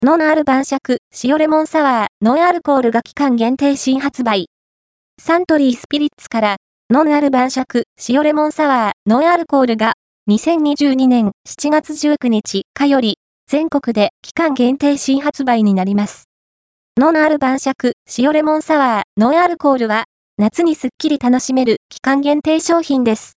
ノンアル晩酌塩レモンサワーノンアルコールが期間限定新発売。サントリースピリッツからノンアル晩酌塩レモンサワーノンアルコールが2022年7月19日火より全国で期間限定新発売になります。ノンアル晩酌塩レモンサワーノンアルコールは夏にすっきり楽しめる期間限定商品です。